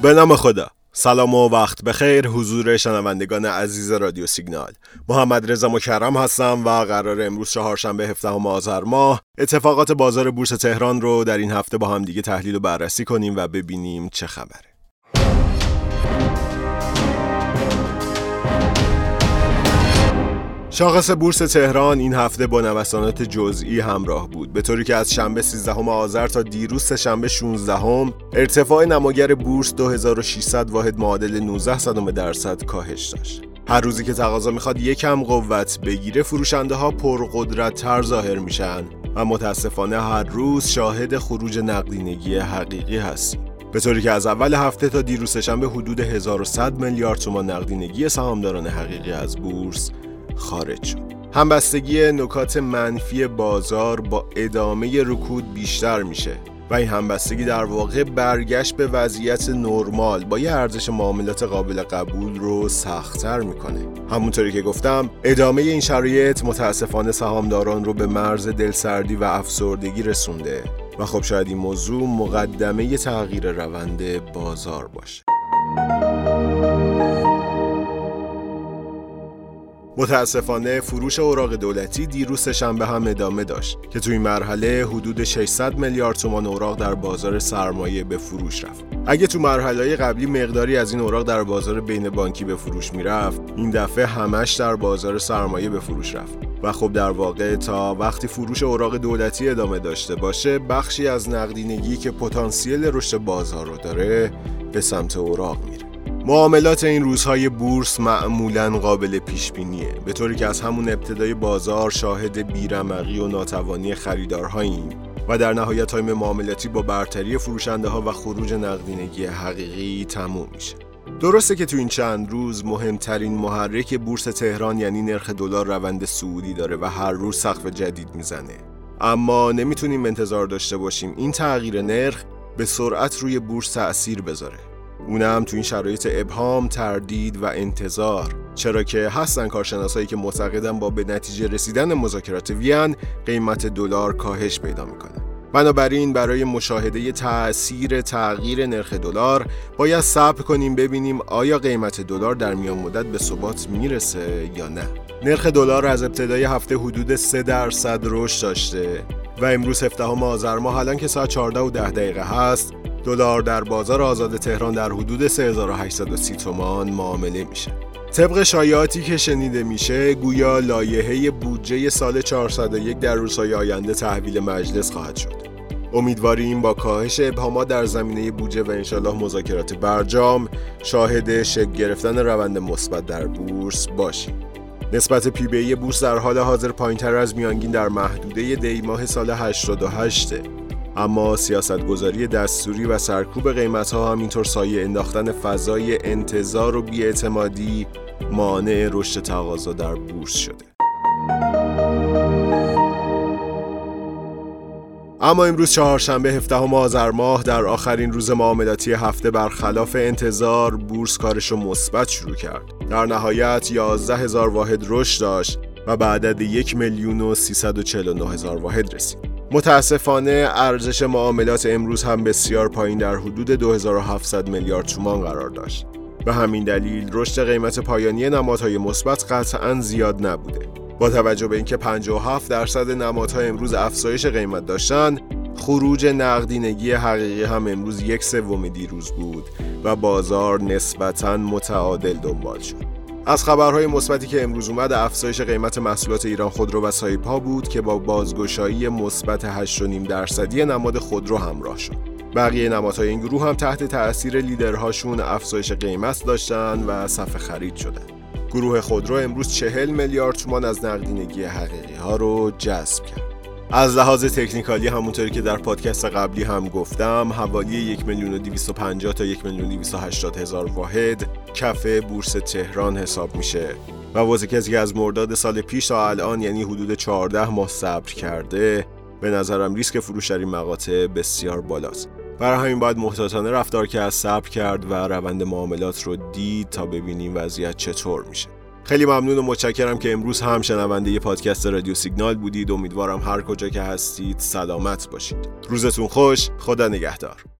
به نام خدا. سلام و وقت بخیر حضور شنوندگان عزیز رادیو سیگنال. محمد رضا مکرم هستم و قرار امروز چهارشنبه 17 آذر ماه اتفاقات بازار بورس تهران رو در این هفته با هم دیگه تحلیل و بررسی کنیم و ببینیم چه خبره. شاخص بورس تهران این هفته با نوسانات جزئی همراه بود، به طوری که از شنبه 13 آذر تا دیروز سه‌شنبه 16 ارتفاع نماگر بورس 2600 واحد معادل 0.19% کاهش داشت. هر روزی که تقاضا میخواد یکم قوت بگیره، فروشنده ها پرقدرت‌تر ظاهر میشن و متاسفانه هر روز شاهد خروج نقدینگی حقیقی هستیم. به طوری که از اول هفته تا دیروز سه‌شنبه حدود 1100 میلیارد تومان نقدینگی سهامداران حقیقی از بورس خارج شد. همبستگی نکات منفی بازار با ادامه رکود بیشتر میشه و این همبستگی در واقع برگشت به وضعیت نرمال با یه ارزش معاملات قابل قبول رو سخت‌تر میکنه. همونطوری که گفتم، ادامه این شرایط متاسفانه سهامداران رو به مرز دلسردی و افسردگی رسونده و خب شاید این موضوع مقدمه تغییر روند بازار باشه. متاسفانه فروش اوراق دولتی دیروز سه‌شنبه هم ادامه داشت که توی این مرحله حدود 600 میلیارد تومان اوراق در بازار سرمایه به فروش رفت. اگه تو مرحله قبلی مقداری از این اوراق در بازار بین بانکی به فروش میرفت، این دفعه همش در بازار سرمایه به فروش رفت و خب در واقع تا وقتی فروش اوراق دولتی ادامه داشته باشه، بخشی از نقدینگی که پتانسیل رشد بازار رو داره به سمت اوراق میره. معاملات این روزهای بورس معمولاً قابل پیش بینیه، به طوری که از همون ابتدای بازار شاهد بیرمقی و ناتوانی خریدارهاییم و در نهایت تایم معاملاتی با برتری فروشنده ها و خروج نقدینگی حقیقی تموم میشه. درسته که تو این چند روز مهمترین محرک بورس تهران یعنی نرخ دلار روند صعودی داره و هر روز سقف جدید میزنه، اما نمیتونیم انتظار داشته باشیم این تغییر نرخ به سرعت روی بورس تأثیر بذاره، اونم تو این شرایط ابهام، تردید و انتظار، چرا که هستن کارشناسایی که معتقدن با به نتیجه رسیدن مذاکرات وین قیمت دلار کاهش پیدا میکنه. بنابراین برای مشاهده تأثیر تغییر نرخ دلار باید صبر کنیم ببینیم آیا قیمت دلار در میان مدت به ثبات میرسه یا نه. نرخ دلار از ابتدای هفته حدود 3% رشد داشته و امروز 17 آذر ماه الان که ساعت 14:10 هست، دلار در بازار آزاد تهران در حدود 3830 تومان معامله میشه. طبق شایعاتی که شنیده میشه، گویا لایحه بودجه سال 401 در روزهای آینده تحویل مجلس خواهد شد. امیدواریم با کاهش ابهامات در زمینه بودجه و انشالله مذاکرات برجام شاهد شکل گرفتن روند مثبت در بورس باشیم. نسبت پی بی ای بورس در حال حاضر پایین‌تر از میانگین در محدوده دی ماه سال 88، اما سیاستگذاری دستوری و سرکوب قیمت‌ها همینطور سایه انداختن فضای انتظار و بی‌اعتمادی مانع رشد تقاضا در بورس شده. اما امروز چهارشنبه 17 آذر ماه در آخرین روز معاملاتی هفته برخلاف انتظار بورس کارش رو مثبت شروع کرد. در نهایت 11000 واحد رشد داشت و به عدد 1,349,000 واحد رسید. متاسفانه ارزش معاملات امروز هم بسیار پایین در حدود 2700 میلیارد تومان قرار داشت. به همین دلیل رشد قیمت پایانی نمادهای مثبت قطعاً زیاد نبوده. با توجه به اینکه 57% نمادها امروز افزایش قیمت داشتن، خروج نقدینگی حقیقی هم امروز 1/3 دیروز بود و بازار نسبتاً متعادل دنبال شد. از خبرهای مثبتی که امروز اومد، افزایش قیمت محصولات ایران خودرو و سایپا بود که با بازگشایی مثبت 8.5% نماد خودرو همراه شد. بقیه نمادهای این گروه هم تحت تأثیر لیدرهاشون افزایش قیمت داشتن و صف خرید شدن. گروه خودرو امروز 40 میلیارد تومان از نقدینگی حقیقی ها رو جذب کرد. از لحاظ تکنیکالی همونطوری که در پادکست قبلی هم گفتم، حوالی 1,250,000 تا 1,280,000 واحد کف بورس تهران حساب میشه و واسه کسی که از مرداد سال پیش تا الان یعنی حدود 14 ماه صبر کرده، به نظرم ریسک فروش در این مقاطع بسیار بالاست. برای همین باید محتاطانه رفتار کرد، صبر کرد و روند معاملات رو دید تا ببینیم وضعیت چطور میشه. خیلی ممنون و متشکرم که امروز هم شنونده ی پادکست رادیو سیگنال بودید. امیدوارم هر کجا که هستید سلامت باشید. روزتون خوش. خدا نگهدار.